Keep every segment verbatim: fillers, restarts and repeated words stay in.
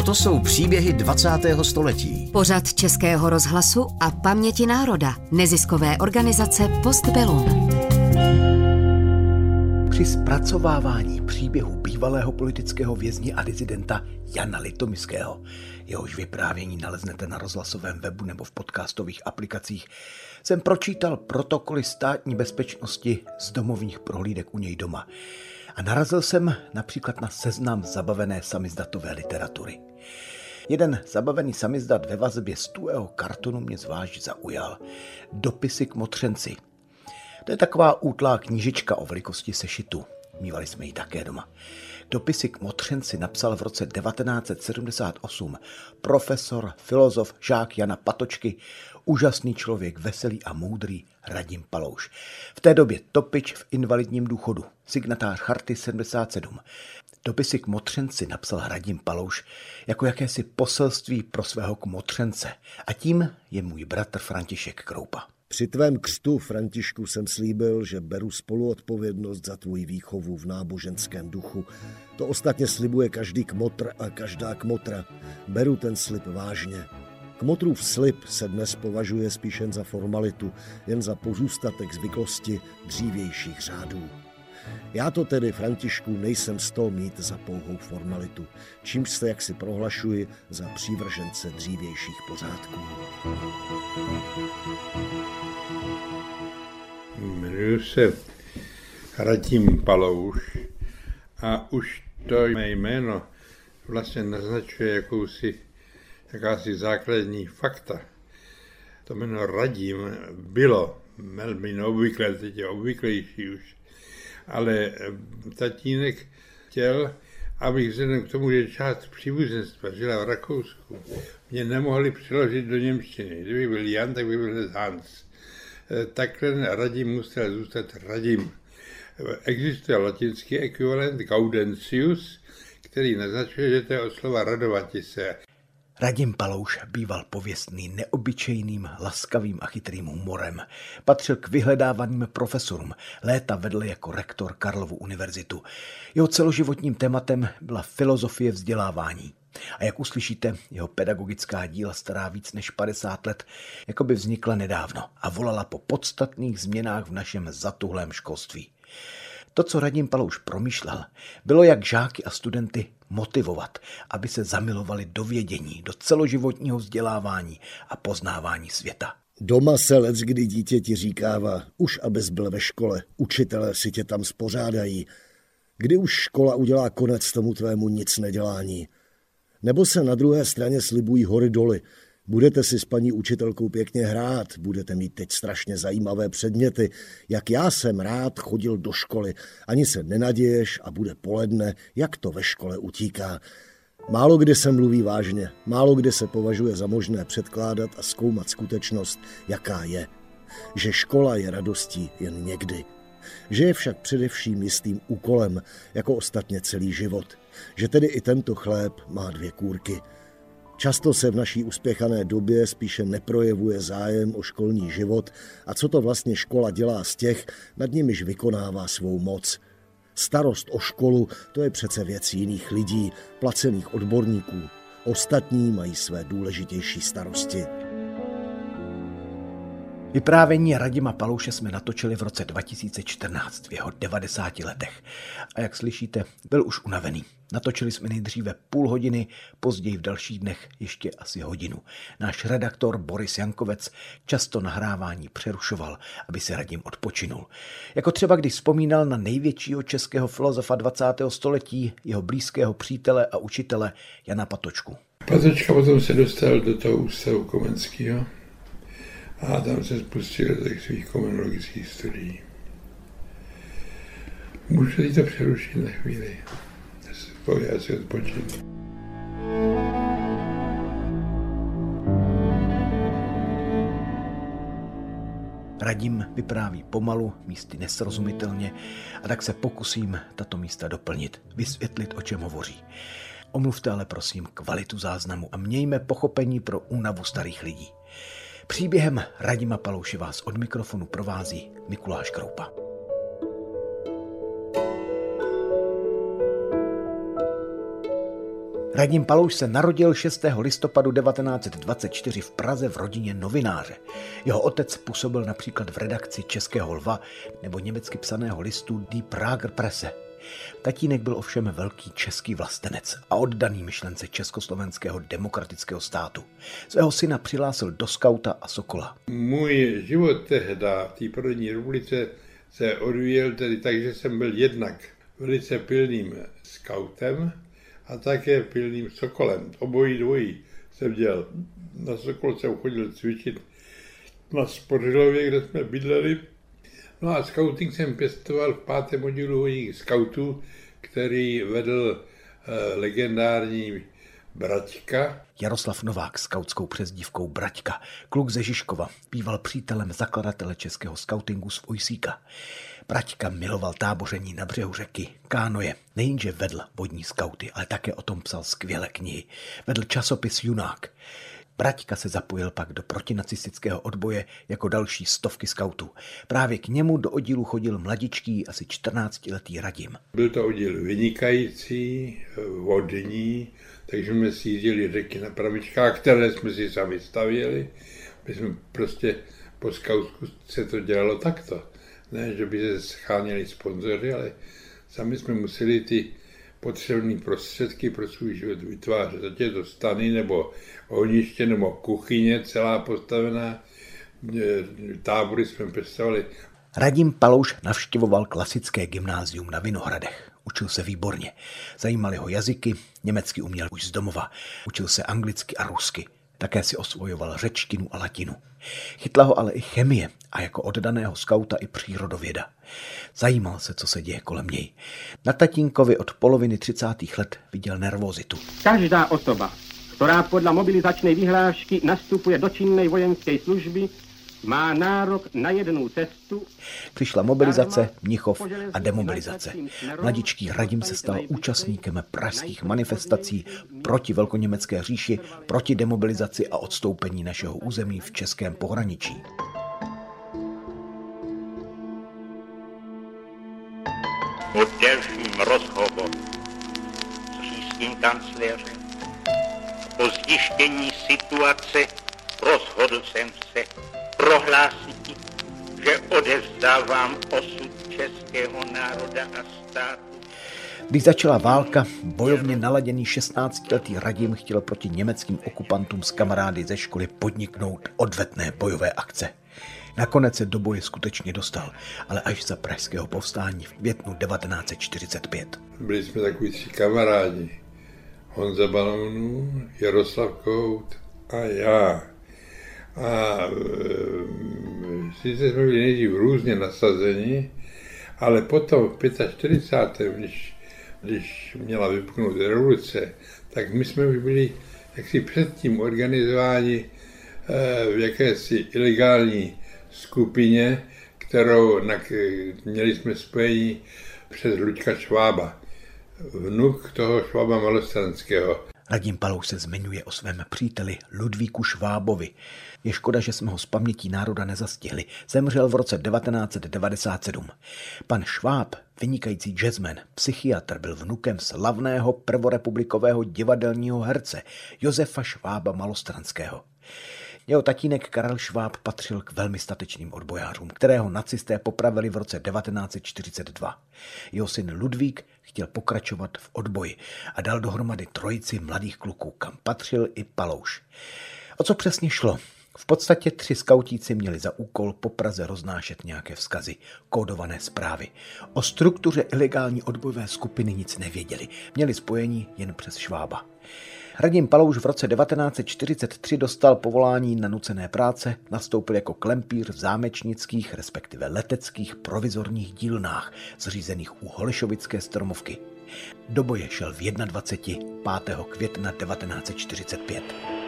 Toto jsou příběhy dvacátého století. Pořad Českého rozhlasu a Paměti národa, neziskové organizace Postbellum. Při zpracovávání příběhu bývalého politického vězně a disidenta Jana Litomyského, jehož vyprávění naleznete na rozhlasovém webu nebo v podcastových aplikacích, jsem pročítal protokoly státní bezpečnosti z domovních prohlídek u něj doma. A narazil jsem například na seznam zabavené samizdatové literatury. Jeden zabavený samizdat ve vazbě z tuhého kartonu mě zvlášť zaujal. Dopisy k motřenci. To je taková útlá knížička o velikosti sešitu. Mívali jsme ji také doma. Dopisy k motřenci napsal v roce devatenáct set sedmdesát osm profesor, filozof, žák Jana Patočky, úžasný člověk, veselý a moudrý Radim Palouš. V té době topič v invalidním důchodu, signatář Charty sedmdesát sedm. Dopisy k motřenci napsal Radim Palouš jako jakési poselství pro svého kmotřence. A tím je můj bratr František Kroupa. Při tvém křtu, Františku, jsem slíbil, že beru spoluodpovědnost za tvůj výchovu v náboženském duchu. To ostatně slibuje každý kmotr a každá kmotra. Beru ten slib vážně. Kmotrův slib se dnes považuje spíš jen za formalitu, jen za pozůstatek zvyklosti dřívějších řádů. Já to tedy, Františku, nejsem z toho mít za pouhou formalitu, čímž se, jak si prohlašuji, za přívržence dřívějších pořádků. Jmenuji se Radim Palouš a už to mé jméno vlastně naznačuje jakousi, jakási základní fakta. To jméno Radim bylo velmi neobvyklé, teď je obvyklejší už, ale tatínek chtěl, abych vzhledem k tomu, že část příbuzenstva žila v Rakousku, mě nemohli přeložit do němčiny. Kdyby byl Jan, tak by byl Hans. Takhle Radim musel zůstat Radim. Existuje latinský ekvivalent Gaudentius, který naznačuje, že to je od slova radovati se. Radim Palouš býval pověstný neobyčejným, laskavým a chytrým humorem. Patřil k vyhledávaným profesorům, léta vedl jako rektor Karlovu univerzitu. Jeho celoživotním tématem byla filozofie vzdělávání. A jak uslyšíte, jeho pedagogická díla stará víc než padesát let, jako by vznikla nedávno a volala po podstatných změnách v našem zatuhlém školství. To, co Radim Palouš promýšlel, bylo, jak žáky a studenty motivovat, aby se zamilovali do vědění, do celoživotního vzdělávání a poznávání světa. Doma se leckdy dítě ti říkává, už abys byl ve škole, učitelé si tě tam spořádají. Kdy už škola udělá konec tomu tvému nic nedělání? Nebo se na druhé straně slibují hory doly. Budete si s paní učitelkou pěkně hrát, budete mít teď strašně zajímavé předměty. Jak já jsem rád chodil do školy, ani se nenaděješ a bude poledne, jak to ve škole utíká. Málo kdy se mluví vážně, málo kdy se považuje za možné předkládat a zkoumat skutečnost, jaká je. Že škola je radostí jen někdy. Že je však především jistým úkolem, jako ostatně celý život. Že tedy i tento chléb má dvě kůrky. Často se v naší uspěchané době spíše neprojevuje zájem o školní život a co to vlastně škola dělá z těch, nad nimiž vykonává svou moc. Starost o školu, to je přece věc jiných lidí, placených odborníků. Ostatní mají své důležitější starosti. Vyprávění Radima Palouše jsme natočili v roce dva tisíce čtrnáct, v jeho devadesáti letech. A jak slyšíte, byl už unavený. Natočili jsme nejdříve půl hodiny, později v dalších dnech ještě asi hodinu. Náš redaktor Boris Jankovec často nahrávání přerušoval, aby se Radim odpočinul. Jako třeba když vzpomínal na největšího českého filozofa dvacátého století, jeho blízkého přítele a učitele Jana Patočku. Patočka potom se dostal do toho ústavu Komenského. A tam se spustil do těch svých komenologických studií. Můžu teď to přerušit na chvíli. Já si odpočinu. Radim vypráví pomalu, místy nesrozumitelně, a tak se pokusím tato místa doplnit, vysvětlit, o čem hovoří. Omluvte ale prosím kvalitu záznamu a mějme pochopení pro únavu starých lidí. Příběhem Radima Palouše vás od mikrofonu provází Mikuláš Kroupa. Radim Palouš se narodil šestého listopadu devatenáct set dvacet čtyři v Praze v rodině novináře. Jeho otec působil například v redakci Českého lva nebo německy psaného listu Die Prager Presse. Tatínek byl ovšem velký český vlastenec a oddaný myšlence československého demokratického státu. Svého syna přihlásil do skauta a Sokola. Můj život tehda v té první republice se odvíjel tedy tak, že jsem byl jednak velice pilným skautem a také pilným Sokolem. Obojí dvojí jsem dělal. Na Sokol jsem chodil cvičit na Spořilově, kde jsme bydleli. No a skauting jsem pěstoval v pátém oddílu hodních skautů, který vedl eh, legendární Braťka. Jaroslav Novák skautskou přezdívkou Braťka, kluk ze Žižkova, býval přítelem zakladatele českého skautingu z Vojsíka. Braťka miloval táboření na břehu řeky, kánoje, nejenže vedl vodní skauty, ale také o tom psal skvělé knihy. Vedl časopis Junák. Braťka se zapojil pak do protinacistického odboje jako další stovky skautů. Právě k němu do oddílu chodil mladičký, asi čtrnáctiletý Radim. Byl to oddíl vynikající, vodní, takže jsme si jízdili řeky na pravičkách, které jsme si sami stavěli. My jsme prostě po skautsku se to dělalo takto. Ne, že by se scháněli sponzory, ale sami jsme museli ty potřebné prostředky pro svůj život vytvářet. Ať je to stany, nebo ohniště, nebo kuchyně celá postavená. Tábory jsme představili. Radim Palouš navštěvoval klasické gymnázium na Vinohradech. Učil se výborně. Zajímaly ho jazyky, německy uměl už z domova. Učil se anglicky a rusky. Také si osvojoval řečtinu a latinu. Chytla ho ale i chemie a jako oddaného skauta i přírodověda. Zajímal se, co se děje kolem něj. Na tatínkovi od poloviny třicátých let viděl nervozitu. Každá osoba, ktorá podľa mobilizačnej vyhlášky nastupuje do činnej vojenskej služby, má nárok na jednu cestu. Přišla mobilizace, Mnichov a demobilizace. Mladičký Radim se stal účastníkem pražských manifestací proti velkoněmecké říši, proti demobilizaci a odstoupení našeho území v českém pohraničí. Po delším rozhovoru s říšským kancléřem po zjištění situace rozhodl jsem se prohlásit, že odevzdávám osud českého národa a státu. Když začala válka, bojovně naladěný šestnáctiletý Radim chtěl proti německým okupantům s kamarády ze školy podniknout odvetné bojové akce. Nakonec se do boje skutečně dostal, ale až za pražského povstání v květnu devatenáct set čtyřicet pět. Byli jsme takový tři kamarádi. Honza Balounů, Jaroslav Kout a já. A e, sice jsme byli nejdřív různě nasazeni, ale potom v čtyřicátém pátém Když, když měla vypuknout revoluce, tak my jsme už byli jaksi předtím organizováni e, v jakési ilegální skupině, kterou na, měli jsme spojení přes Luďka Švába, vnuk toho Švába Malostranského. Radim Palouš se zmiňuje o svém příteli Ludvíku Švábovi. Je škoda, že jsme ho z pamětí národa nezastihli. Zemřel v roce devatenáct set devadesát sedm. Pan Šváb, vynikající jazzman, psychiatr, byl vnukem slavného prvorepublikového divadelního herce Josefa Švába Malostranského. Jeho tatínek Karel Šváb patřil k velmi statečným odbojářům, kterého nacisté popravili v roce devatenáct set čtyřicet dva. Jeho syn Ludvík chtěl pokračovat v odboji a dal dohromady trojici mladých kluků, kam patřil i Palouš. O co přesně šlo? V podstatě tři skautíci měli za úkol po Praze roznášet nějaké vzkazy, kódované zprávy. O struktuře ilegální odbojové skupiny nic nevěděli, měli spojení jen přes Švába. Radim Palouš v roce devatenáct set čtyřicet tři dostal povolání na nucené práce, nastoupil jako klempíř v zámečnických, respektive leteckých provizorních dílnách, zřízených u Holešovické Stromovky. Do boje šel v dvacátého prvního pátého května devatenáct set čtyřicet pět.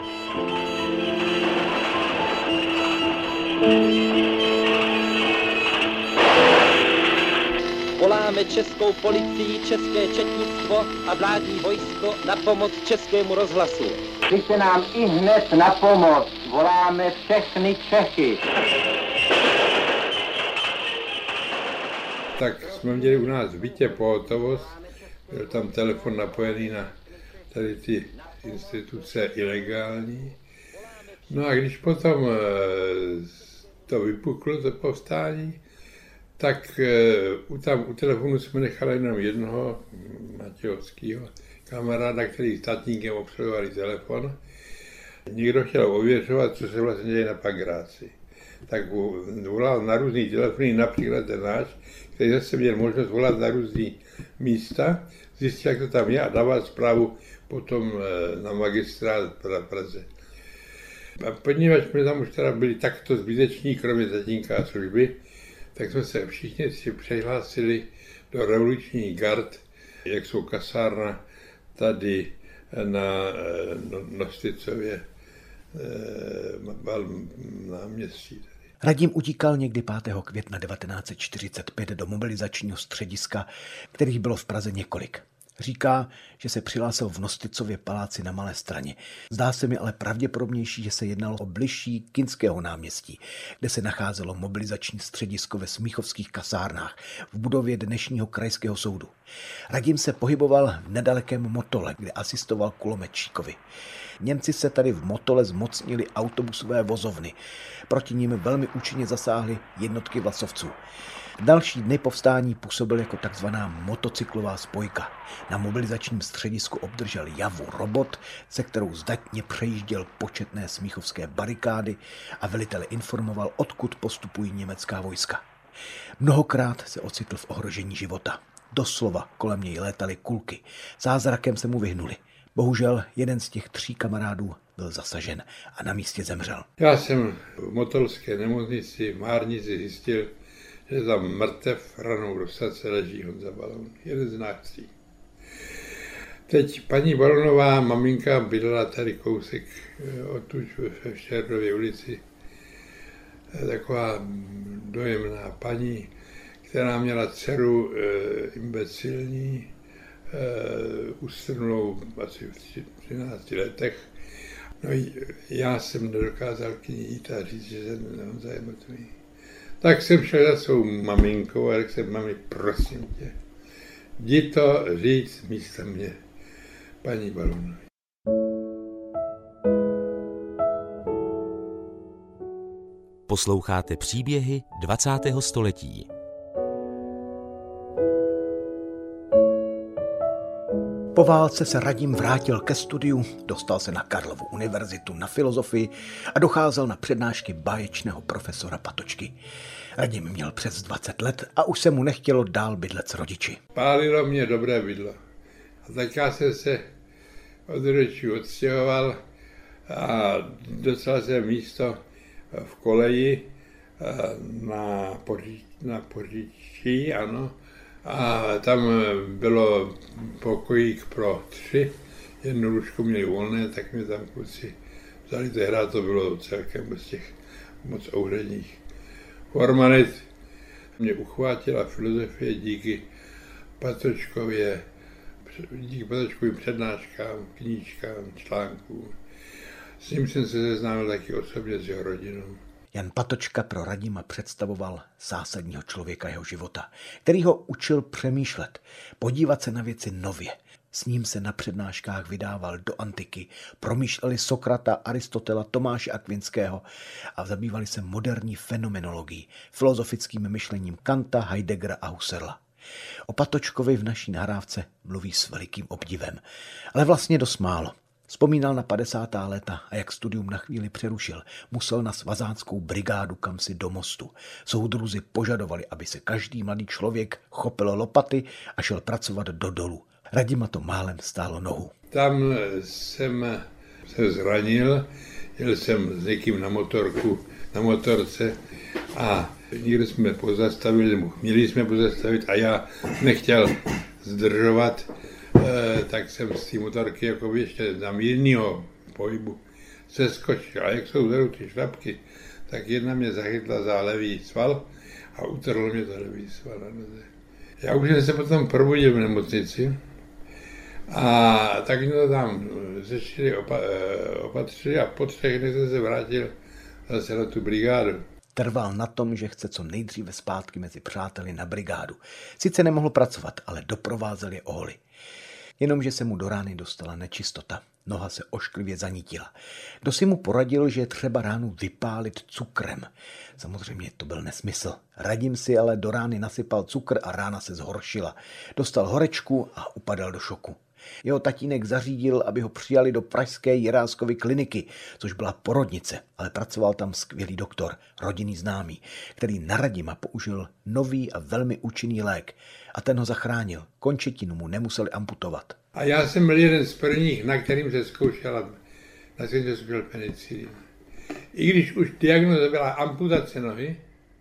Voláme českou policii, české četnictvo a vládní vojsko na pomoc českému rozhlasu. Přijďte nám i hned na pomoc. Voláme všechny Čechy. Tak jsme měli u nás v bytě pohotovost, byl tam telefon napojený na tady ty instituce ilegální. No a když potom to vypuklo, to povstání, tak tam u telefonu jsme nechali jenom jednoho Matějovského kamaráda, který s tatínkem obsluhovali telefon. Někdo chtěl ověřovat, co se vlastně děje na Pagráci. Tak volal na různý telefony, například ten náš, který zase měl možnost volat na různý místa, zjistil, jak to tam je a dával zprávu potom na magistrát v Praze. A poněvadž jsme tam už teda byli takto zbyteční, kromě tatínka a služby, tak jsme se všichni si přihlásili do revoluční gard, jak jsou kasárna tady na Nosticově náměstí. Radim utíkal někdy pátého května devatenáct set čtyřicet pět do mobilizačního střediska, kterých bylo v Praze několik. Říká, že se přihlásil v Nosticově paláci na Malé Straně. Zdá se mi ale pravděpodobnější, že se jednalo o bližší Kinského náměstí, kde se nacházelo mobilizační středisko ve smíchovských kasárnách v budově dnešního krajského soudu. Radim se pohyboval v nedalekém Motole, kde asistoval kulometčíkovi. Němci se tady v Motole zmocnili autobusové vozovny. Proti nim velmi účinně zasáhly jednotky vlasovců. Další dny povstání působil jako takzvaná motocyklová spojka. Na mobilizačním středisku obdržel Javu robot, se kterou zdatně přejížděl početné smíchovské barikády a velitele informoval, odkud postupují německá vojska. Mnohokrát se ocitl v ohrožení života. Doslova kolem něj létaly kulky. Zázrakem se mu vyhnuli. Bohužel jeden z těch tří kamarádů byl zasažen a na místě zemřel. Já jsem v motolské nemocnici v Márnici zjistil, že tam mrtev ranou do srdce leží Honza Balon, jeden z nás tří. Teď paní Balonová maminka bydlela tady kousek odtud ve Štěrdově ulici. Taková dojemná paní, která měla dceru e, imbecilní, e, ustrnulou asi v třinácti letech. No já jsem nedokázal k ní jít a říct, že jsem Honza je mrtvý. Tak jsem šel za svou maminkou a řekl jsem, mami, prosím tě, jdi to říct místo mě, paní Balonové. Posloucháte příběhy dvacátého století. Po válce se Radim vrátil ke studiu, dostal se na Karlovu univerzitu na filozofii a docházel na přednášky báječného profesora Patočky. Radim měl přes dvacet let a už se mu nechtělo dál bydlet s rodiči. Pálilo mě dobré bydlo. A tak já jsem se od rodičů odstěhoval a dostal jsem místo v koleji na, poří, na Poříčí, ano. A tam bylo pokojík pro tři, jedno lůžko měli volné, tak mě tam kluci vzali. Tehdy to bylo celkem bez těch moc úředních formalit. Mě uchvátila filozofie díky Patočkově, díky Patočkovým přednáškám, knížkám, článkům. S ním jsem se seznámil taky osobně s jeho rodinou. Jan Patočka pro Radima představoval zásadního člověka jeho života, který ho učil přemýšlet, podívat se na věci nově. S ním se na přednáškách vydával do antiky, promýšleli Sokrata, Aristotela, Tomáše Akvinského a zabývali se moderní fenomenologií, filozofickým myšlením Kanta, Heideggera a Husserla. O Patočkovi v naší nahrávce mluví s velikým obdivem, ale vlastně dost málo. Vzpomínal na padesátá léta a jak studium na chvíli přerušil. Musel na svazáckou brigádu kamsi do Mostu. Soudruzi požadovali, aby se každý mladý člověk chopil lopaty a šel pracovat do dolu. Radima to málem stálo nohu. Tam jsem se zranil, jel jsem s někým na motorku, na motorce a někde jsme pozastavili, nebo měli jsme pozastavit a já nechtěl zdržovat, tak jsem z té motorky jako ještě za mírného pohybu seskočil. A jak jsou vzadu ty šlapky, tak jedna mě zachytla za levý sval a utrhl mě za levý sval na noze. Já už jsem se potom probudil v nemocnici a tak mě to tam řešili, opa- opatřili a po třech dnech jsem se vrátil zase na tu brigádu. Trval na tom, že chce co nejdříve zpátky mezi přáteli na brigádu. Sice nemohl pracovat, ale doprovázel je oholy. Jenomže se mu do rány dostala nečistota. Noha se ošklivě zanítila. Kdo si mu poradil, že je třeba ránu vypálit cukrem. Samozřejmě to byl nesmysl. Radim si ale do rány nasypal cukr a rána se zhoršila. Dostal horečku a upadal do šoku. Jeho tatínek zařídil, aby ho přijali do pražské Jiráskovy kliniky, což byla porodnice, ale pracoval tam skvělý doktor, rodinný známý, který na Radima použil nový a velmi účinný lék a ten ho zachránil. Končetinu mu nemuseli amputovat. A já jsem byl jeden z prvních, na kterým se zkoušela, na kterým se zkoušel penicilin. I když už diagnoza byla amputace nohy,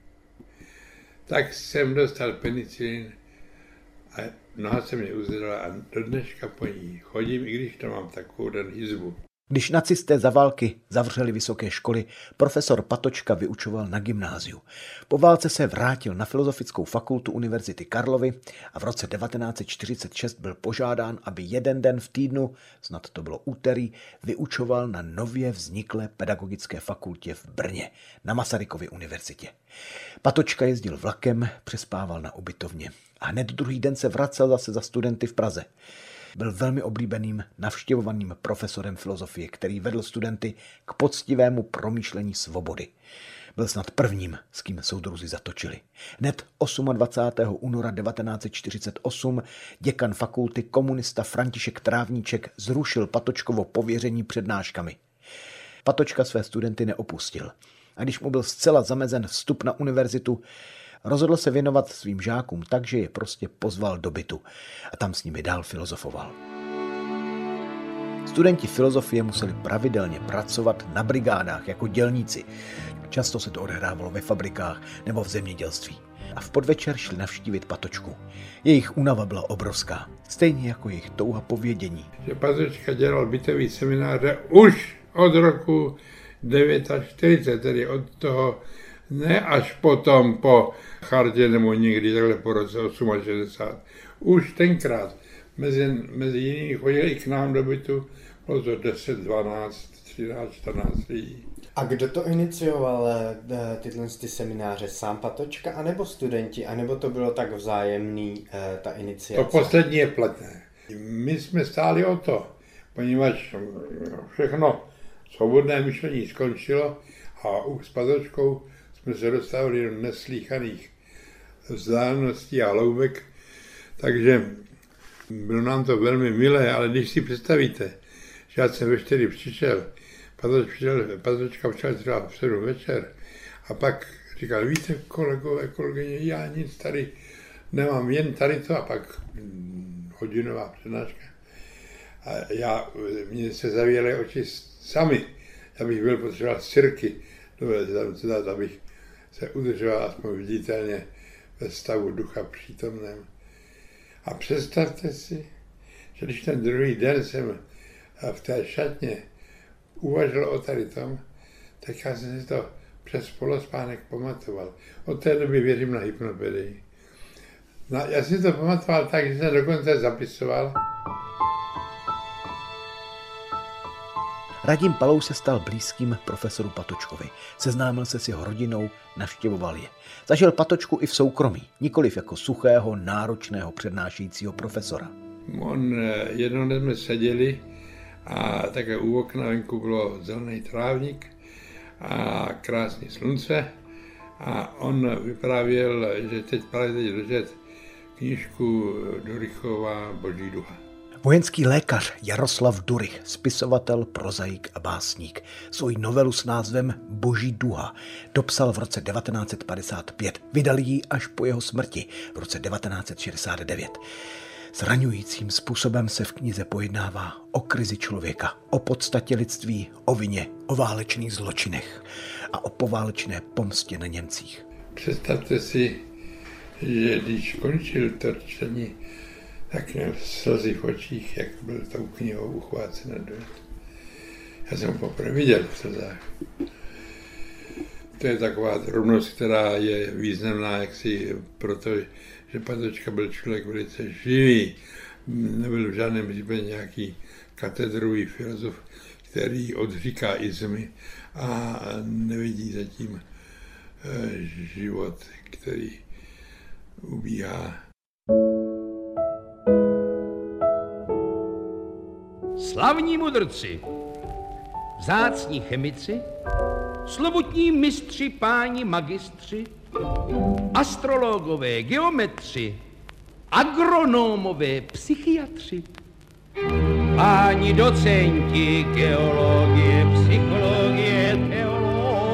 tak jsem dostal penicilin a noha se mě uzdrala a do dneška po ní chodím, i když to mám takovou den jizvu. Když nacisté za války zavřeli vysoké školy, profesor Patočka vyučoval na gymnáziu. Po válce se vrátil na Filozofickou fakultu Univerzity Karlovy a v roce devatenáct set čtyřicet šest byl požádán, aby jeden den v týdnu, snad to bylo úterý, vyučoval na nově vzniklé pedagogické fakultě v Brně, na Masarykově univerzitě. Patočka jezdil vlakem, přespával na ubytovně a hned druhý den se vracel zase za studenty v Praze. Byl velmi oblíbeným, navštěvovaným profesorem filozofie, který vedl studenty k poctivému promýšlení svobody. Byl snad prvním, s kým soudruzi zatočili. Hned dvacátého osmého února devatenáct set čtyřicet osm děkan fakulty komunista František Trávníček zrušil Patočkovo pověření přednáškami. Patočka své studenty neopustil. A když mu byl zcela zamezen vstup na univerzitu, rozhodl se věnovat svým žákům tak, že je prostě pozval do bytu a tam s nimi dál filozofoval. Studenti filozofie museli pravidelně pracovat na brigádách jako dělníci. Často se to odehrávalo ve fabrikách nebo v zemědělství. A v podvečer šli navštívit Patočku. Jejich únava byla obrovská, stejně jako jejich touha po vědění. Že Patočka dělal bytový semináře už od roku čtyřicet devět, tedy od toho ne až potom po chartě nebo někdy takhle po roce šedesát osm. Už tenkrát mezi, mezi jinými chodili i k nám do bytu, bylo to deset, dvanáct, třináct, čtrnáct lidí. A kdo to inicioval tyhle ty semináře? Sám Patočka, anebo studenti, anebo to bylo tak vzájemný, ta iniciace? To poslední je platné. My jsme stáli o to, poněvadž všechno svobodné myšlení skončilo a s Patočkou jsme se dostávali do neslýchaných vzdáleností a hloubek, takže bylo nám to velmi milé, ale když si představíte, že já jsem ve čtyři přišel, Patočka přišel třeba v sedm večer a pak říkal, víte, kolegové, kolegyně, já nic tady nemám, jen tady to a pak hodinová přednáška. A já, mně se zavíjely oči sami, já bych byl potřeboval sirky, abych se udržoval aspoň viditelně ve stavu ducha přítomném. A představte si, že když ten druhý den jsem v té šatně uvažoval o tady tom, tak já jsem si to přes polospánek pamatoval. Od té doby věřím na hypnopedii. No, já si to pamatoval tak, že jsem dokonce zapisoval. Radim Palouš se stal blízkým profesoru Patočkovi. Seznámil se s jeho rodinou, navštěvoval je. Zažil Patočku i v soukromí, nikoliv jako suchého, náročného přednášejícího profesora. On, jednou dnes jsme seděli a také u okna venku bylo zelený trávník a krásné slunce a on vyprávěl, že teď právě teď dočet knížku Durychova Boží duha. Vojenský lékař Jaroslav Durych, spisovatel, prozaik a básník, svoji novelu s názvem Boží duha dopsal v roce devatenáct set padesát pět. Vydal ji až po jeho smrti v roce devatenáct set šedesát devět. Zraňujícím způsobem se v knize pojednává o krizi člověka, o podstatě lidství, o vině, o válečných zločinech a o poválečné pomstě na Němcích. Představte si, že když končil to čtení, tak měl slzy v očích, jak byl tou knihou uchvácen. Já jsem ho poprvé viděl v slzách. To je taková drobnost, která je významná, jaksi proto, že Patočka byl člověk velice živý. Nebyl v žádném případě nějaký katedrový filozof, který odříká izmy a nevidí zatím život, který ubíhá. Slavní mudrci, vzácní chemici, slovutní mistři, páni magistři, astrologové, geometři, agronomové, psychiatři, páni docenti, geologie, psychologie, teologie.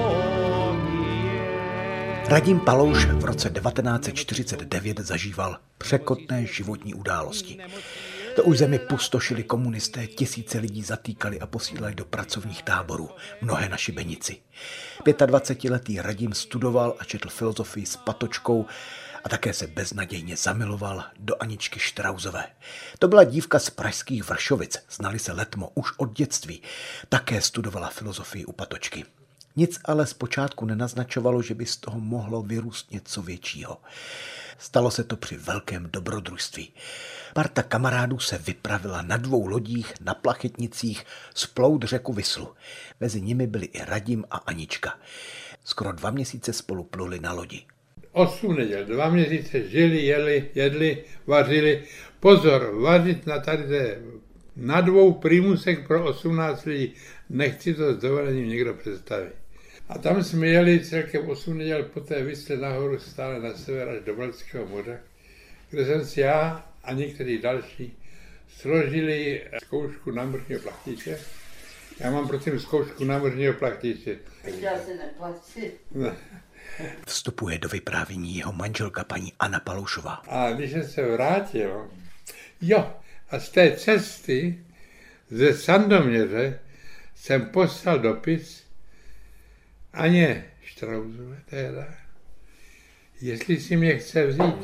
Radim Palouš v roce devatenáct set čtyřicet devět zažíval překotné životní události. To už zemi pustošili komunisté, tisíce lidí zatýkali a posílali do pracovních táborů, mnohé na šibenici. dvacetiletý Radim studoval a četl filozofii s Patočkou a také se beznadějně zamiloval do Aničky Štrausové. To byla dívka z pražských Vršovic, znali se letmo už od dětství. Také studovala filozofii u Patočky. Nic ale zpočátku nenaznačovalo, že by z toho mohlo vyrůst něco většího. Stalo se to při velkém dobrodružství. Parta kamarádů se vypravila na dvou lodích na Plachetnicích splout řeku Vislu. Mezi nimi byli i Radim a Anička. Skoro dva měsíce spolu pluli na lodi. Osm neděl, dva měsíce žili, jeli, jedli, vařili. Pozor, vařit na tady na dvou primusech pro osmnáct lidí. Nechci to s dovolením někdo představit. A tam jsme jeli celkem osm neděl po té Visle nahoru stále na sever až do Baltského moře, kde jsem si já a některý další složili zkoušku námořního plachtiče. Já mám prosím zkoušku námořního plachtiče. Já se neplaci. Ne. Vstupuje do vyprávění jeho manželka paní Anna Paloušová. A když jsem se vrátil, jo, a z té cesty ze Sandoměře jsem poslal dopis Aně Štrausové teda, jestli si mě chce vzít.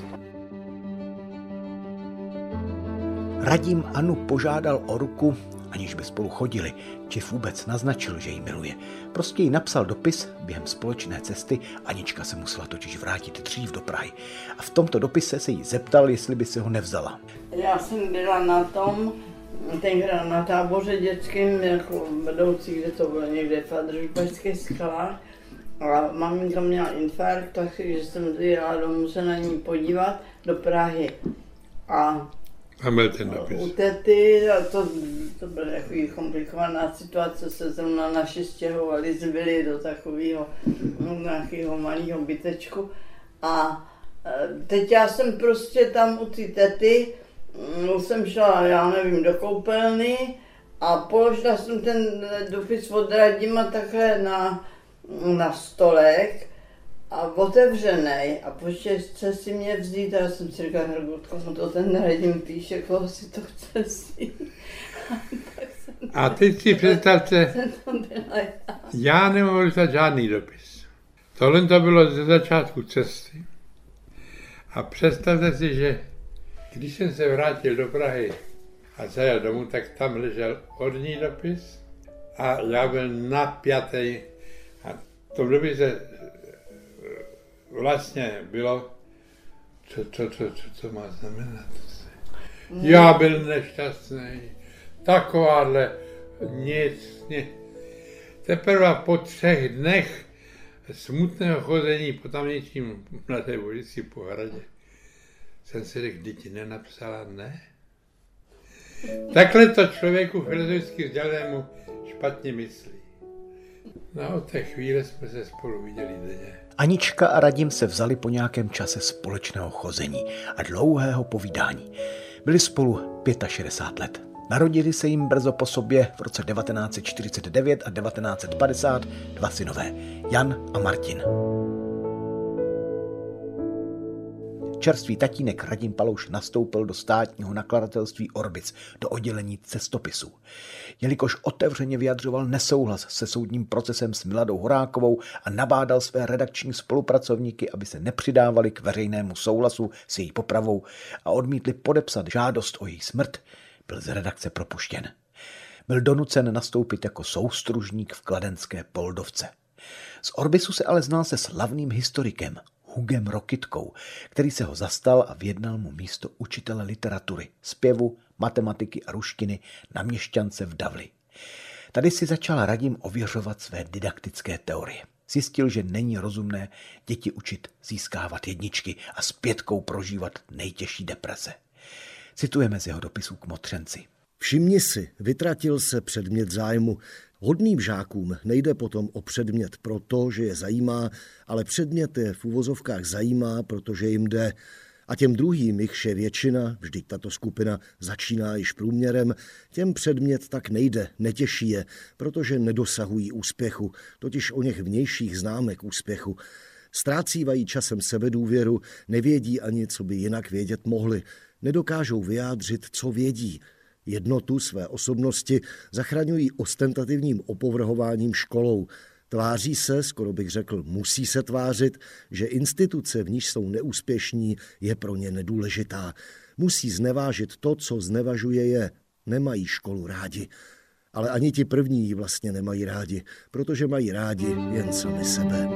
Radim Anu požádal o ruku, aniž by spolu chodili, či vůbec naznačil, že ji miluje. Prostě jí napsal dopis během společné cesty, Anička se musela totiž vrátit dřív do Prahy. A v tomto dopise se jí zeptal, jestli by si ho nevzala. Já jsem byla na tom, tenkrát na táboře dětským, jako vedoucí, kde to bylo někde v Adržbačských skalách. A maminka měla infarkt, takže jsem jela domů se na ní podívat do Prahy. A a byl ten dopis. U tety, a to, to byla takový komplikovaná situace, se zrovna naši stěhovali z vily do takového nějakého malého bytečku. A teď já jsem prostě tam u té tety, jsem šla, já nevím, do koupelny a položila jsem ten dopis od Radima takhle na, na stolek a otevřenej a počkej, chce si mě vzít a já jsem si říkala, Hrgut, komu to ten Radim píše, koho si to chce vzít. A teď si představte, já nemohu dostat žádný dopis. Tohle to bylo ze začátku cesty a představte si, že když jsem se vrátil do Prahy a zajel domů, tak tam ležel od ní dopis a já byl napjatý. A v tom dopise vlastně bylo, co, co, co, co, co má znamenat. Já byl nešťastný, takováhle nic, nic. Teprve po třech dnech smutného chození po tamnějším Mladé Volici po hradě jsem si řekl, kdy ti nenapsala ne? Takhle to člověku filozoficky vzdělanému špatně myslí. No od té chvíle jsme se spolu viděli denně. Anička a Radim se vzali po nějakém čase společného chození a dlouhého povídání. Byli spolu šedesát pět let. Narodili se jim brzo po sobě v roce devatenáct set čtyřicet devět a devatenáct set padesát dva synové, Jan a Martin. Čerstvý tatínek Radim Palouš nastoupil do státního nakladatelství Orbis, do oddělení cestopisů. Jelikož otevřeně vyjadřoval nesouhlas se soudním procesem s Miladou Horákovou a nabádal své redakční spolupracovníky, aby se nepřidávali k veřejnému souhlasu s její popravou a odmítli podepsat žádost o její smrt, byl z redakce propuštěn. Byl donucen nastoupit jako soustružník v kladenské Poldovce. Z Orbisu se ale znal se slavným historikem Hugem Rokitkou, který se ho zastal a vyjednal mu místo učitele literatury, zpěvu, matematiky a ruštiny na Měšťance v Davli. Tady si začal Radim ověřovat své didaktické teorie. Zjistil, že není rozumné děti učit získávat jedničky a s pětkou prožívat nejtěžší deprese. Citujeme z jeho dopisů k Motřenci. Všimni si, vytratil se předmět zájmu. Hodným žákům nejde potom o předmět proto, že je zajímá, ale předmět je v uvozovkách zajímá, protože jim jde. A těm druhým, jichž je většina, vždyť tato skupina začíná již průměrem, těm předmět tak nejde, netěší je, protože nedosahují úspěchu, totiž o něch vnějších známek úspěchu. Ztrácívají časem sebedůvěru, nevědí ani, co by jinak vědět mohli, nedokážou vyjádřit, co vědí. Jednotu své osobnosti zachraňují ostentativním opovrhováním školou. Tváří se, skoro bych řekl, musí se tvářit, že instituce, v níž jsou neúspěšní, je pro ně nedůležitá. Musí znevážit to, co znevažuje je. Nemají školu rádi. Ale ani ti první ji vlastně nemají rádi, protože mají rádi jen sami sebe.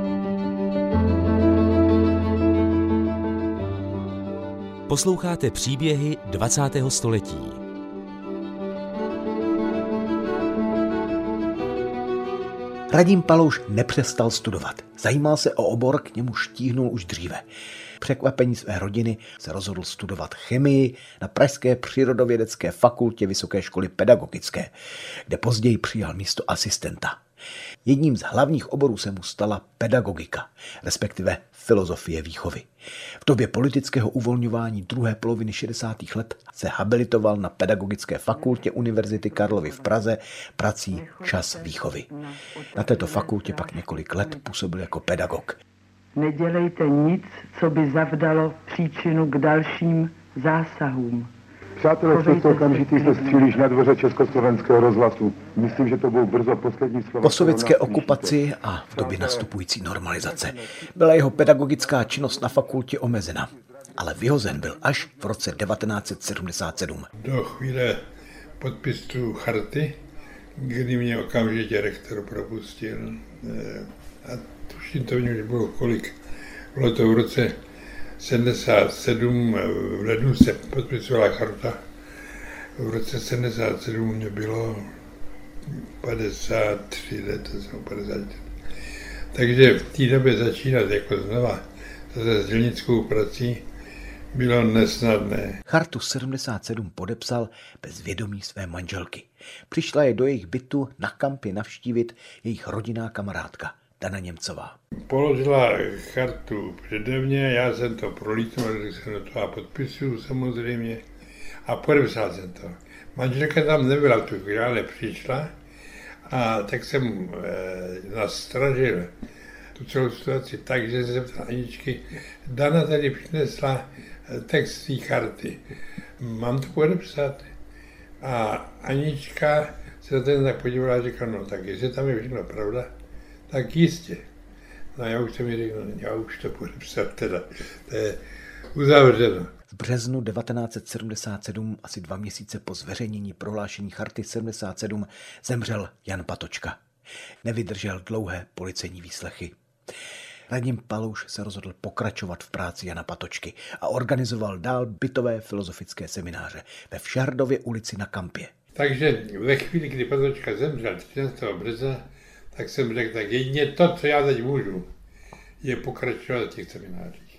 Posloucháte příběhy dvacátého století. Radim Palouš nepřestal studovat. Zajímal se o obor, k němu štíhnul už dříve. Překvapení své rodiny se rozhodl studovat chemii na Pražské přírodovědecké fakultě Vysoké školy pedagogické, kde později přijal místo asistenta. Jedním z hlavních oborů se mu stala pedagogika, respektive filozofie výchovy. V době politického uvolňování druhé poloviny šedesátých let se habilitoval na Pedagogické fakultě Univerzity Karlovy v Praze prací Čas výchovy. Na této fakultě pak několik let působil jako pedagog. Nedělejte nic, co by zavdalo příčinu k dalším zásahům. Přátelé, z toho okamžitý se střílíš na dvoře Československého rozhlasu. Myslím, že to byl brzo poslední slova. Po sovětské okupaci a v době nastupující normalizace byla jeho pedagogická činnost na fakultě omezena, ale vyhozen byl až v roce devatenáct set sedmdesát sedm. Do chvíle podpisu charty, kdy mě okamžitě rektor propustil. A tuším, to mě bylo kolik. Bylo to v roce sedmdesát sedm, v lednu se podpisovala charta. V roce sedmdesát sedm mě bylo padesát tři let, padesát tři. Takže v té době začínat jako znova zase s dělnickou prací bylo nesnadné. Chartu sedmdesát sedm podepsal bez vědomí své manželky. Přišla je do jejich bytu na kampě navštívit jejich rodinná kamarádka Dana Němcová. Položila chartu přede mě, já jsem to prolítnul, že jsem do toho podpisuju samozřejmě a podepsal jsem to. Manželka tam nebyla v tu chvíli, ale přišla a tak jsem e, nastražil tu celou situaci tak, že jsem ptal Aničky, Dana tady přinesla text té charty, mám to podepsat? A Anička se na ten tak podívala a říkala, no tak jestli tam je všechno pravda, tak jistě. No já už jsem mi řekl, já už to podepsat teda, to je uzavřeno. V březnu devatenáct set sedmdesát sedm, asi dva měsíce po zveřejnění prohlášení charty sedmdesát sedm, zemřel Jan Patočka. Nevydržel dlouhé policejní výslechy. Radim Palouš se rozhodl pokračovat v práci Jana Patočky a organizoval dál bytové filozofické semináře ve Všehradově ulici na Kampě. Takže ve chvíli, kdy Patočka zemřel třináctého března, tak jsem řekl, tak jedině to, co já teď můžu, je pokračovat v těch seminářích.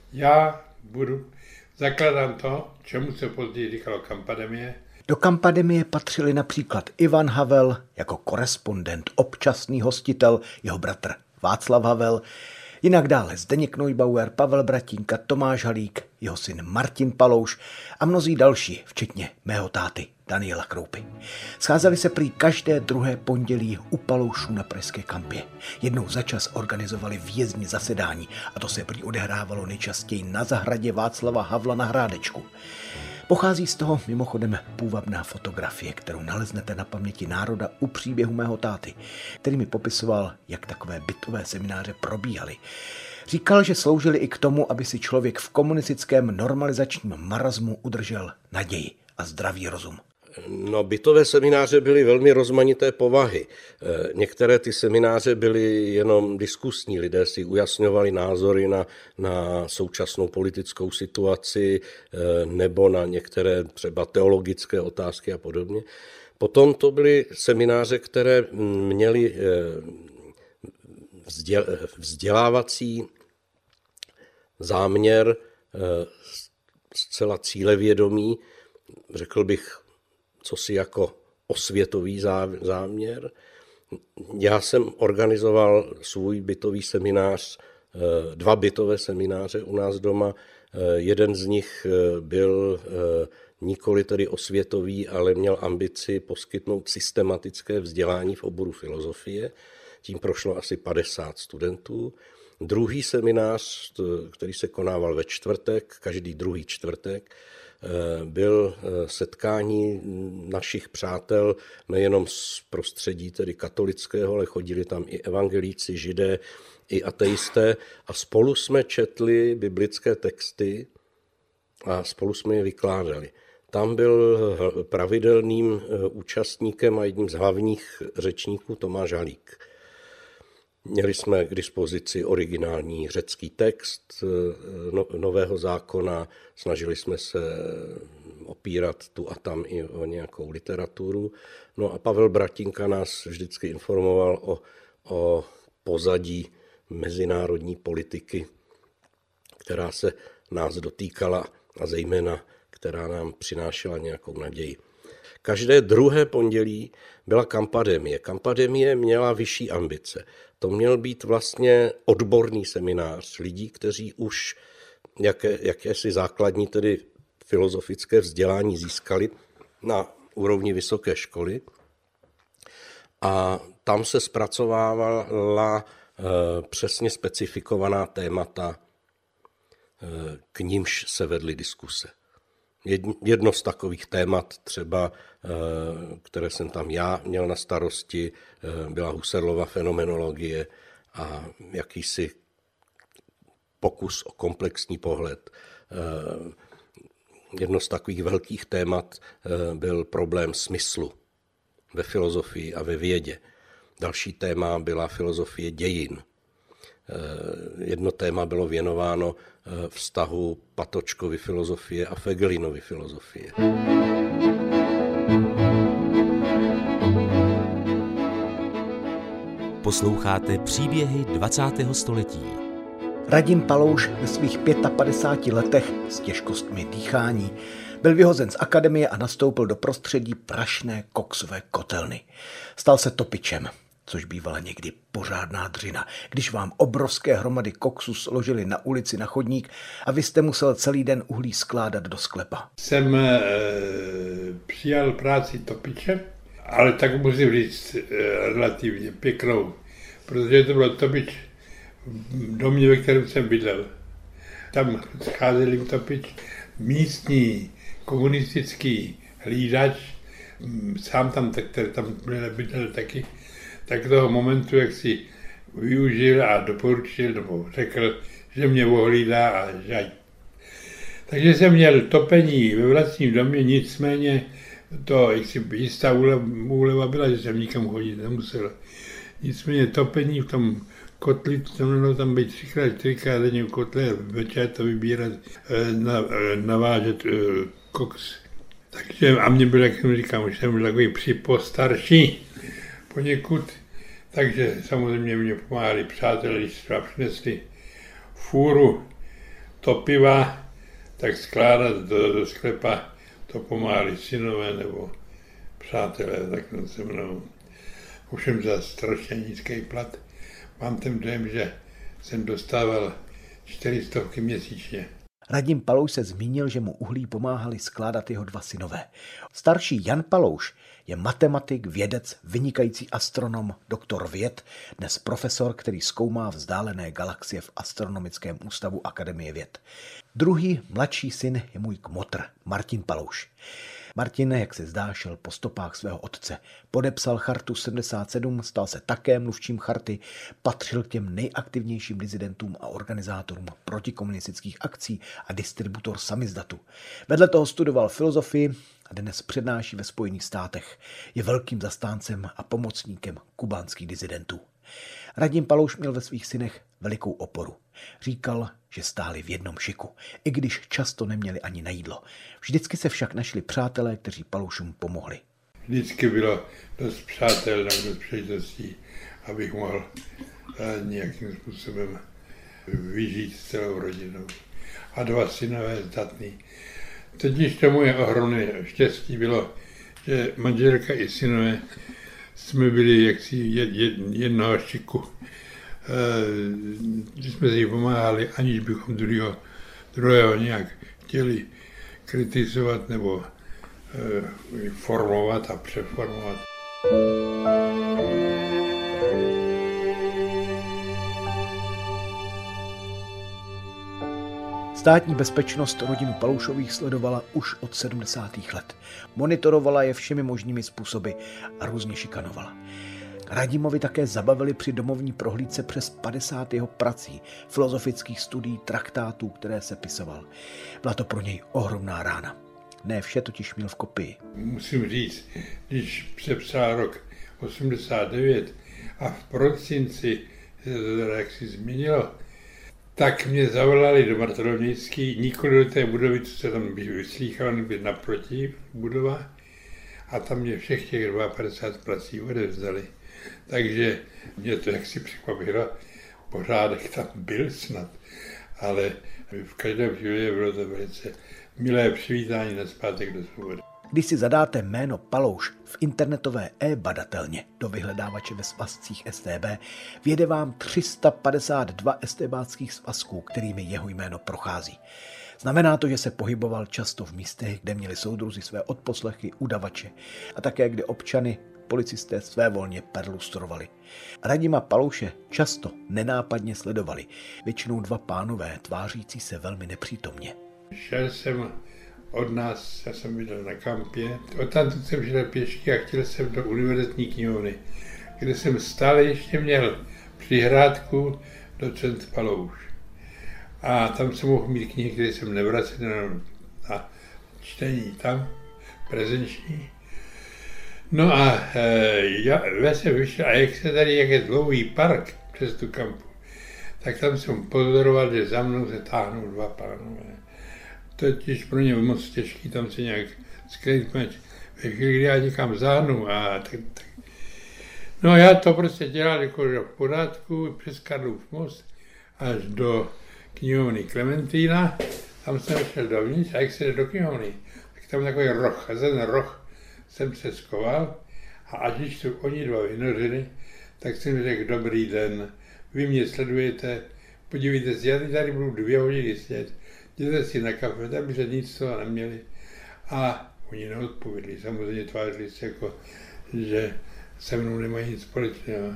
Já budu, zakládám to, čemu se později říkalo Kampademie. Do Kampademie patřili například Ivan Havel jako korespondent, občasný hostitel, jeho bratr Václav Havel, jinak dále Zdeněk Neubauer, Pavel Bratínka, Tomáš Halík, jeho syn Martin Palouš a mnozí další, včetně mého táty Daniela Kroupy. Scházeli se prý každé druhé pondělí u Paloušů na Pražské Kampě. Jednou za čas organizovali výjezdní zasedání a to se prý odehrávalo nejčastěji na zahradě Václava Havla na Hrádečku. Pochází z toho mimochodem půvabná fotografie, kterou naleznete na paměti národa u příběhu mého táty, který mi popisoval, jak takové bytové semináře probíhaly. Říkal, že sloužili i k tomu, aby si člověk v komunistickém normalizačním marazmu udržel naději a zdravý rozum. No, bytové semináře byly velmi rozmanité povahy. Některé ty semináře byly jenom diskusní, lidé si ujasňovali názory na, na současnou politickou situaci nebo na některé třeba teologické otázky a podobně. Potom to byly semináře, které měly vzdělávací záměr, zcela cílevědomý, řekl bych cosi jako osvětový záměr. Já jsem organizoval svůj bytový seminář, dva bytové semináře u nás doma. Jeden z nich byl nikoli tedy osvětový, ale měl ambici poskytnout systematické vzdělání v oboru filozofie. Tím prošlo asi padesát studentů. Druhý seminář, který se konával ve čtvrtek, každý druhý čtvrtek, byl setkání našich přátel nejenom z prostředí tedy katolického, ale chodili tam i evangelíci, židé, i ateisté a spolu jsme četli biblické texty a spolu jsme je vykládali. Tam byl pravidelným účastníkem a jedním z hlavních řečníků Tomáš Halík. Měli jsme k dispozici originální řecký text Nového zákona, snažili jsme se opírat tu a tam i o nějakou literaturu. No a Pavel Bratinka nás vždycky informoval o, o pozadí mezinárodní politiky, která se nás dotýkala a zejména která nám přinášela nějakou naději. Každé druhé pondělí byla Kampademie. Kampademie měla vyšší ambice. To měl být vlastně odborný seminář lidí, kteří už jaké, jakési základní tedy filozofické vzdělání získali na úrovni vysoké školy. A tam se zpracovávala přesně specifikovaná témata, k nímž se vedly diskuse. Jedno z takových témat třeba, které jsem tam já měl na starosti, byla Husserlova fenomenologie a jakýsi pokus o komplexní pohled. Jedno z takových velkých témat byl problém smyslu ve filozofii a ve vědě. Další téma byla filozofie dějin. Jedno téma bylo věnováno vztahu Patočkovy filozofie a Fegelinovy filozofie. Posloucháte příběhy dvacátého století. Radim Palouš ve svých padesát pěti letech s těžkostmi dýchání byl vyhozen z akademie a nastoupil do prostředí prašné koksové kotelny. Stal se topičem, což bývala někdy pořádná dřina, když vám obrovské hromady koksu složili na ulici na chodník a vy jste musel celý den uhlí skládat do sklepa. Jsem e, přijal práci topiče, ale tak musím říct e, relativně pěknou, protože to bylo topič v domě, ve kterém jsem bydlel. Tam scházeli topič místní komunistický hlídač, sám tam, který tam bydlel taky, tak toho momentu, jak si využil a doporučil, nebo řekl, že mě ohlídá a že... Takže jsem měl topení ve vlastním domě, nicméně to jistá úleva byla, že jsem nikam chodit nemusel. Nicméně topení v tom kotli, to mělo tam být třikrát, čtyřikrát denně v kotle, večer to vybírat, navážet koks. Takže a mě byl, jak jsem říkal, už jsem byl takový připostarší poněkud, takže samozřejmě mě pomáhali přátelé, když třeba přinesli fůru topiva, tak skládat do, do sklepa, to pomáhali synové nebo přátelé, tak se mnou. Ovšem za strašně nízký plat. Mám ten dojem, že jsem dostával čtyři stovky měsíčně. Radim Palouš se zmínil, že mu uhlí pomáhali skládat jeho dva synové. Starší Jan Palouš je matematik, vědec, vynikající astronom, doktor věd, dnes profesor, který zkoumá vzdálené galaxie v Astronomickém ústavu Akademie věd. Druhý, mladší syn je můj kmotr, Martin Palouš. Martin, jak se zdá, šel po stopách svého otce. Podepsal chartu sedmdesát sedm, stal se také mluvčím charty, patřil k těm nejaktivnějším disidentům a organizátorům protikomunistických akcí a distributor samizdatu. Vedle toho studoval filozofii a dnes přednáší ve Spojených státech. Je velkým zastáncem a pomocníkem kubánských disidentů. Radim Palouš měl ve svých synech velikou oporu. Říkal, že stáli v jednom šiku, i když často neměli ani na jídlo. Vždycky se však našli přátelé, kteří Paloušům pomohli. Vždycky bylo dost přátel na dost příležitostí, abych mohl nějakým způsobem vyžít s celou rodinou. A dva synové zdatný. Totiž to moje ohromné štěstí bylo, že manželka i synové jsme byli jaksi jednoho štiku. Když jsme si pomáhali, aniž bychom druhého, druhého nějak chtěli kritizovat nebo formovat a přeformovat. Státní bezpečnost rodinu Paloušových sledovala už od sedmdesátých let. Monitorovala je všemi možnými způsoby a různě šikanovala. Radimovi také zabavili při domovní prohlídce přes padesát jeho prací, filozofických studií, traktátů, které sepisoval. Byla to pro něj ohromná rána. Ne vše totiž měl v kopii. Musím říct, když přepsal rok osmdesát devět a v prosinci se to jaksi změnilo, tak mě zavolali do Bartolomějský, nikoli do té budovy, co se tam vyslýchalo, být naproti budova, a tam mě všech těch padesát dva prací odevzdali. Takže mě to jaksi překvapilo, pořádek tam byl snad, ale v každém případě bylo to velice milé přivítání nazpátek do svobody. Když si zadáte jméno Palouš v internetové e-badatelně do vyhledávače ve svazcích S T B, vyjede vám tři sta padesát dva estébáckých svazků, kterými jeho jméno prochází. Znamená to, že se pohyboval často v místech, kde měli soudruzi své odposlechy, udavače a také kde občany, policisté svévolně perlustrovali. Radima Palouše často nenápadně sledovali, většinou dva pánové, tvářící se velmi nepřítomně. Šel jsem od nás, já jsem bydlel na kampě, odtamtud jsem šel pěšky a chtěl jsem do univerzitní knihovny, kde jsem stále ještě měl přihrádku docent Palouš. A tam jsem mohl mít knihy, které jsem nevracel na čtení tam, prezenční. No a e, já, já jsem vyšel, a jak se tady, jak je dlouhý park přes tu kampu, tak tam jsem pozoroval, že za mnou se táhnou dva pánové. Totiž pro ně moc těžký tam se nějak skrýt meč. Ve chvíli, kdy já někam záhnu a tak, tak. No já to prostě dělal jako v pořádku přes Karlův most až do knihovny Klementína. Tam jsem šel dovnitř a jak se jde do knihovny, tak tam takový roh a za ten roh jsem se skoval a až když jsou oni dva vynořili, tak jsem řekl, dobrý den, vy mě sledujete, podívejte si, já tady budu dvě hodiny sedět, jděte si na kafe, tam že nic z toho neměli. A oni neodpovědli, samozřejmě tvářili se jako, že se mnou nemají nic společného.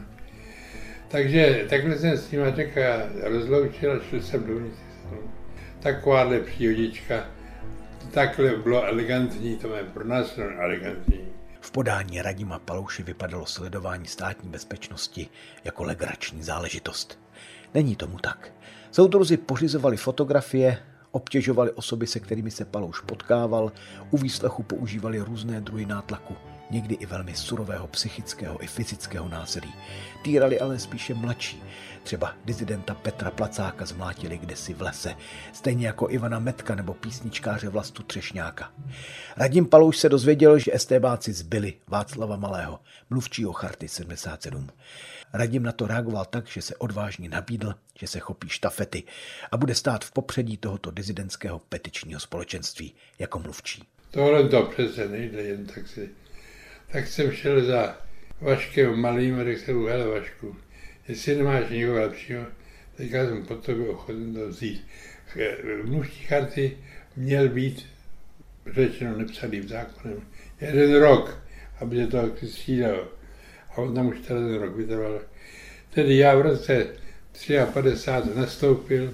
Takže takhle jsem s nima řekl a rozloučil a šel jsem dovnitř. Takováhle příhodička, takhle bylo elegantní, to je pro nás elegantní. V podání Radima Palouše vypadalo sledování státní bezpečnosti jako legrační záležitost. Není tomu tak. Soudruzi pořizovali fotografie, obtěžovali osoby, se kterými se Palouš potkával, u výslechu používali různé druhy nátlaku, někdy i velmi surového psychického i fyzického násilí. Týrali ale spíše mladší. Třeba disidenta Petra Placáka zmlátili kdesi v lese, stejně jako Ivana Metka nebo písničkáře Vlastu Třešňáka. Radim Palouš se dozvěděl, že estébáci zbyli Václava Malého, mluvčího Charty sedmdesát sedm. Radim na to reagoval tak, že se odvážně nabídl, že se chopí štafety a bude stát v popředí tohoto disidentského petičního společenství jako mluvčí. Tohle to přece nejde jen tak si. Tak jsem šel za Vaškem Malým a řekl jsem mu, hele Vašku, jestli nemáš někoho lepšího, teďka jsem po tobě ochoten to vzít. Mluvčí Charty měl být řečeno nepsaným zákonem jeden rok, aby se to střídalo. A on tam už ten rok vytrval. Tedy já v roce padesát tři nastoupil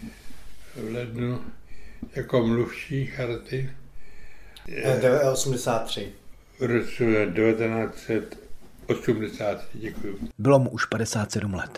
v lednu jako mluvčí Charty. osmdesát tři. V roce devatenáct set osmdesát, děkuju. Bylo mu už padesát sedm let.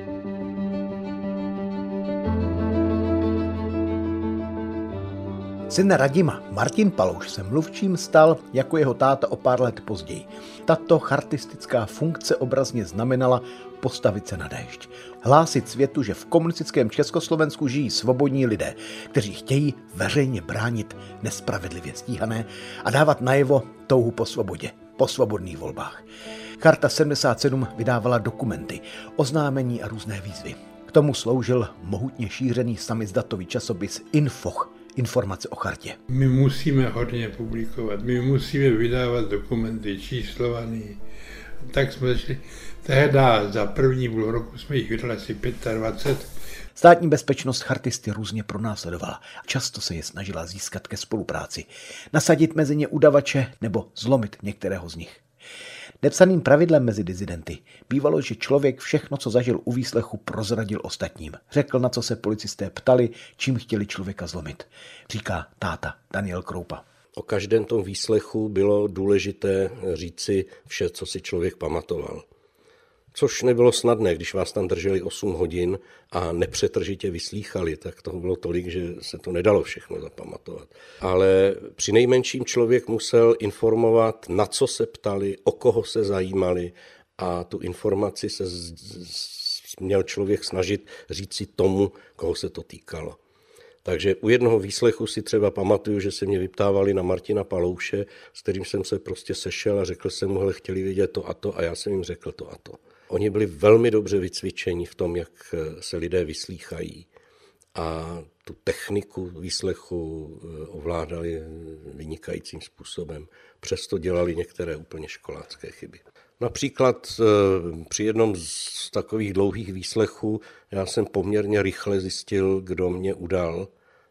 Syn Radima, Martin Palouš, se mluvčím stal jako jeho táta o pár let později. Tato chartistická funkce obrazně znamenala postavit se na déšť. Hlásit světu, že v komunistickém Československu žijí svobodní lidé, kteří chtějí veřejně bránit nespravedlivě stíhané a dávat najevo touhu po svobodě, po svobodných volbách. Charta sedmdesát sedm vydávala dokumenty, oznámení a různé výzvy. K tomu sloužil mohutně šířený samizdatový časopis Infoch, informace o chartě. My musíme hodně publikovat, my musíme vydávat dokumenty číslovaný. Tak jsme začali, tehdy za první půl roku jsme jich vydali asi dvacet pět. Státní bezpečnost chartisty různě pronásledovala a často se je snažila získat ke spolupráci, nasadit mezi ně udavače nebo zlomit některého z nich. Nepsaným pravidlem mezi dizidenty bývalo, že člověk všechno, co zažil u výslechu, prozradil ostatním. Řekl, na co se policisté ptali, čím chtěli člověka zlomit. Říká táta Daniel Kroupa. O každém tom výslechu bylo důležité říci vše, co si člověk pamatoval. Což nebylo snadné, když vás tam drželi osm hodin a nepřetržitě vyslýchali, tak toho bylo tolik, že se to nedalo všechno zapamatovat. Ale přinejmenším člověk musel informovat, na co se ptali, o koho se zajímali a tu informaci se z, z, měl člověk snažit říct si tomu, koho se to týkalo. Takže u jednoho výslechu si třeba pamatuju, že se mě vyptávali na Martina Palouše, s kterým jsem se prostě sešel a řekl jsem mu, hele, chtěli vědět to a to a já jsem jim řekl to a to. Oni byli velmi dobře vycvičeni v tom, jak se lidé vyslýchají a tu techniku výslechu ovládali vynikajícím způsobem. Přesto dělali některé úplně školácké chyby. Například při jednom z takových dlouhých výslechů já jsem poměrně rychle zjistil, kdo mě udal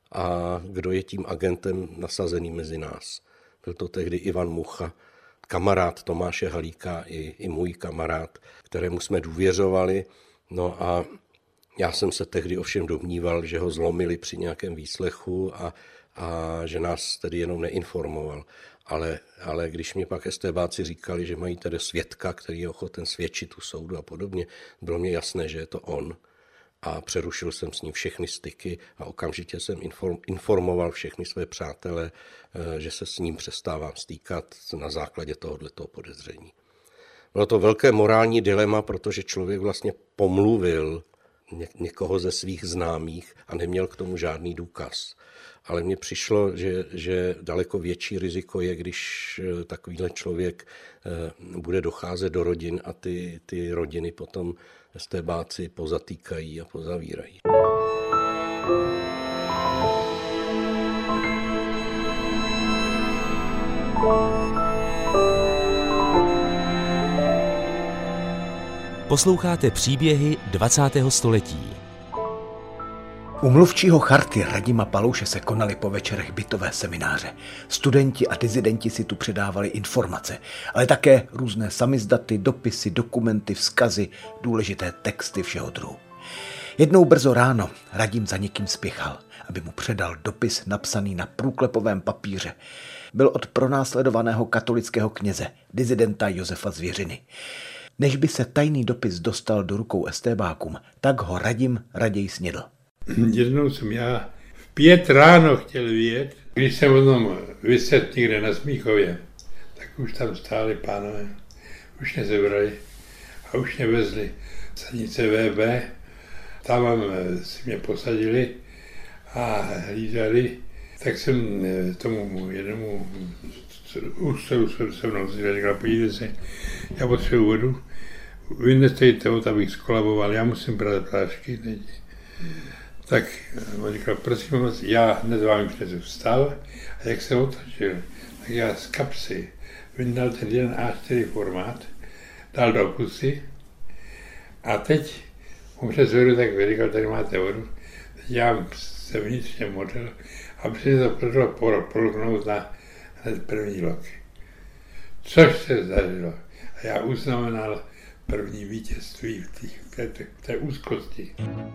a kdo je tím agentem nasazený mezi nás. Byl to tehdy Ivan Mucha, kamarád Tomáše Halíka i, i můj kamarád, kterému jsme důvěřovali. No a já jsem se tehdy ovšem domníval, že ho zlomili při nějakém výslechu a, a že nás tedy jenom neinformoval. Ale, ale když mě pak estébáci říkali, že mají tedy svědka, který je ochoten svědčit u soudu a podobně, bylo mě jasné, že je to on. A přerušil jsem s ním všechny styky a okamžitě jsem informoval všechny své přátele, že se s ním přestávám stýkat na základě tohoto podezření. Bylo to velké morální dilema, protože člověk vlastně pomluvil někoho ze svých známých a neměl k tomu žádný důkaz. Ale mně přišlo, že, že daleko větší riziko je, když takovýhle člověk bude docházet do rodin a ty, ty rodiny potom estébáci pozatýkají a pozavírají. Posloucháte příběhy dvacátého století. U mluvčího charty Radima Palouše se konaly po večerech bytové semináře. Studenti a dizidenti si tu předávali informace, ale také různé samizdaty, dopisy, dokumenty, vzkazy, důležité texty všeho druhu. Jednou brzo ráno Radim za někým spěchal, aby mu předal dopis napsaný na průklepovém papíře. Byl od pronásledovaného katolického kněze, dizidenta Josefa Zvěřiny. Než by se tajný dopis dostal do rukou estébákům, tak ho Radim raději snědl. Jednou jsem já v pět ráno chtěl vyjet, když jsem o tom vyset někde na Smíchově, tak už tam stáli pánové, už mě zebrali a už mě vezli stanice V B, tam si mě posadili a hlídali, tak jsem tomu jednomu ústavu se mnou říkal, podívejte se, já potřebuji vodu, vy nestojíte od, abych skolaboval, já musím brát plášky teď. Tak on říkal, prosím vás, já hned vám přece vstal a jak se otočil, tak já z kapsy vyndal ten jeden A čtyři formát, dal do pusy a teď mu přes vodu tak vyříkal, tady máte vodu, teď já se vnitřně modlil a přes to podařilo prolknout na hned první loky. Což se zdařilo. A já uznamenal první vítězství v, tý, v, té, v té úzkosti.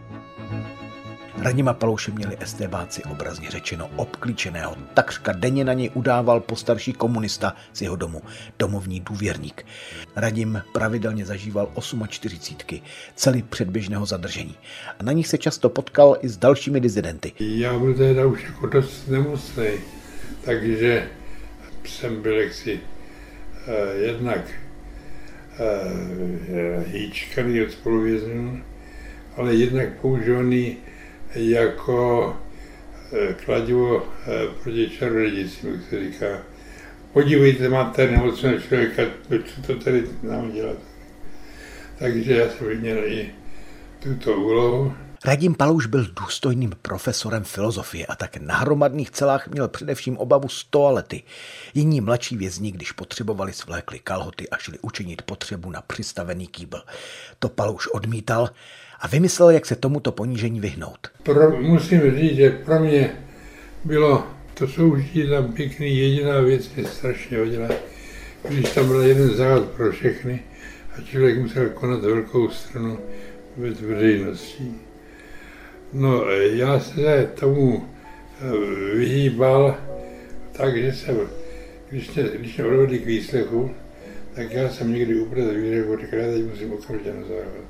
Radima Palouše měli estébáci obrazně řečeno obklíčeného. Takřka denně na něj udával postarší komunista z jeho domu, domovní důvěrník. Radim pravidelně zažíval čtyřicítky, celý předběžného zadržení. A na nich se často potkal i s dalšími dizidenty. Já byl teda už jako dost nemocný, takže jsem byl jaksi uh, jednak uh, hýčkaný od spoluvězňů, ale jednak používaný jako kladivo proti čarodějnictví, jak se říká. Podívejte, máte nemocného člověka, co to tady nám dělat. Takže já jsem měl i tuto úlohu. Radim Palouš byl důstojným profesorem filozofie a tak na hromadných celách měl především obavu z toalety. Jiní mladší vězni, když potřebovali, svlékli kalhoty a šli učinit potřebu na přistavený kýbl. To Palouš odmítal a vymyslel, jak se tomuto ponížení vyhnout. Pro, musím říct, že pro mě bylo to soužití tam pěkný. Jediná věc mě strašně hodila, když tam byl jeden základ pro všechny a člověk musel konat velkou stranu bez veřejností. No, já se tomu vyhýbal tak, že jsem, když mě, když mě odvedli k výslechu, tak já jsem někdy úplně zavířil, a říkal, já teď musím okamžitě na základ.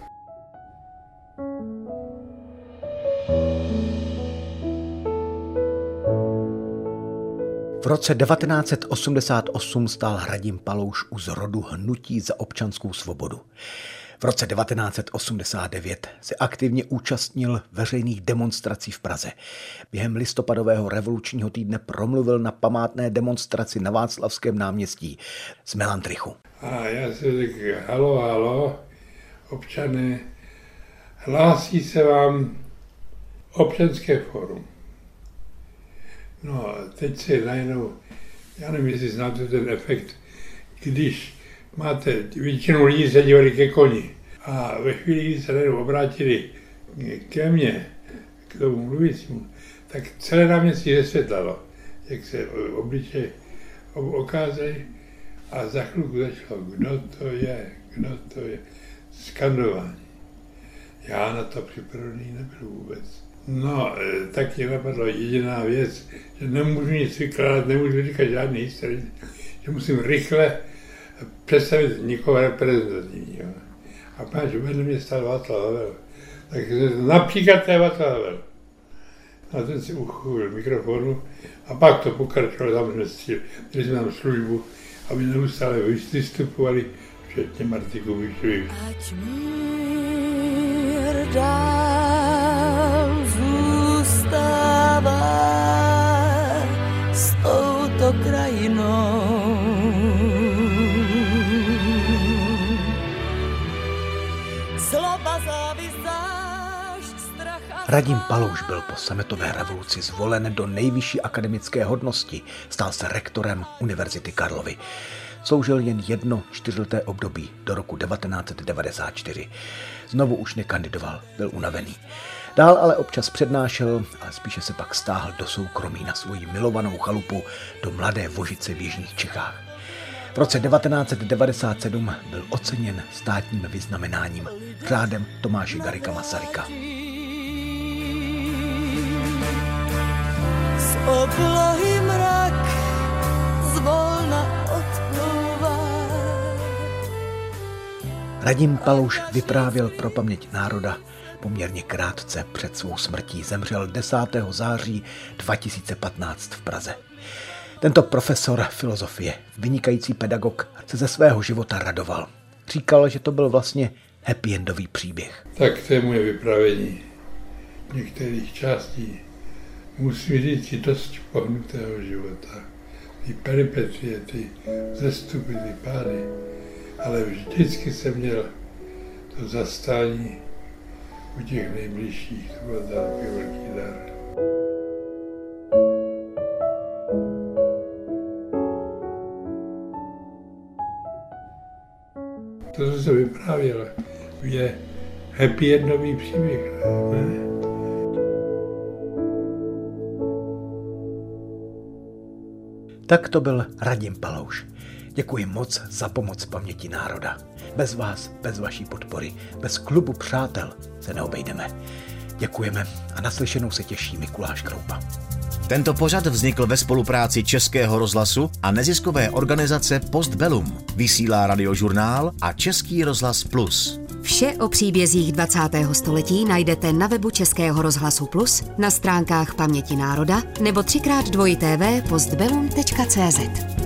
V roce devatenáct set osmdesát osm stál Radim Palouš u zrodu Hnutí za občanskou svobodu. V roce devatenáct set osmdesát devět se aktivně účastnil veřejných demonstrací v Praze. Během listopadového revolučního týdne promluvil na památné demonstraci na Václavském náměstí z Melantrichu. A já si řekl, halo, halo, občané, hlásí se vám občanské fórum. No a teď si najednou, já nevím, jestli znáte ten efekt, když máte, většinou lidí se dívali ke koni a ve chvíli, kdy se najednou obrátili ke mně, k tomu mluvícímu, tak celé náměstí zesvětlalo, jak se obličeje okázají a za chvilku začalo, kdo to je, kdo to je, skandování. Já na to připravený nebyl vůbec. No, tak mě napadla jediná věc, že nemůžu nic vykládat, nemůžu říkat žádný historii, že musím rychle představit někoho reprezentativního. A páč, vedle mě stál Václav Havel. Tak například to je Václav Havel. A ten si uchůl mikrofonu a pak to pokračovalo, tam jsme stříli, měli jsme tam službu, aby neustále vystupovali, včetně Marty Kubišovi. Ať mír dál zůstává s touto krajinou. Radim Palouš byl po sametové revoluci zvolen do nejvyšší akademické hodnosti, stal se rektorem Univerzity Karlovy. Sloužil jen jedno čtyřleté období do roku devatenáct set devadesát čtyři. Znovu už nekandidoval, byl unavený. Dál ale občas přednášel, ale spíše se pak stáhl do soukromí na svoji milovanou chalupu do Mladé Vožice v jižních Čechách. V roce devatenáct set devadesát sedm byl oceněn státním vyznamenáním řádem Tomáše Garrigua Masaryka. Z oblohy mrak zvolna odplouvá. Radim Palouš vyprávěl pro paměť národa poměrně krátce před svou smrtí. Zemřel desátého září dva tisíce patnáct v Praze. Tento profesor filozofie, vynikající pedagog, se ze svého života radoval. Říkal, že to byl vlastně happy endový příběh. Tak to je moje vyprávění některých částí. Musím říct si dost pohnutého života. Ty peripetie, ty zestupy, ty pády. Ale vždycky jsem měl to zastání u těch nejbližších. To byl takový velký dar. To, co se vyprávěl, je happy endový příběh. Ne? Tak to byl Radim Palouš. Děkuji moc za pomoc paměti národa. Bez vás, bez vaší podpory, bez klubu přátel se neobejdeme. Děkujeme a naslyšenou se těší Mikuláš Kroupa. Tento pořad vznikl ve spolupráci Českého rozhlasu a neziskové organizace Postbellum. Vysílá Radiožurnál a Český rozhlas Plus. Vše o příbězích dvacátého století najdete na webu Českého rozhlasu Plus, na stránkách Paměti národa nebo třikrát dvojité v postbellum tečka cé zet.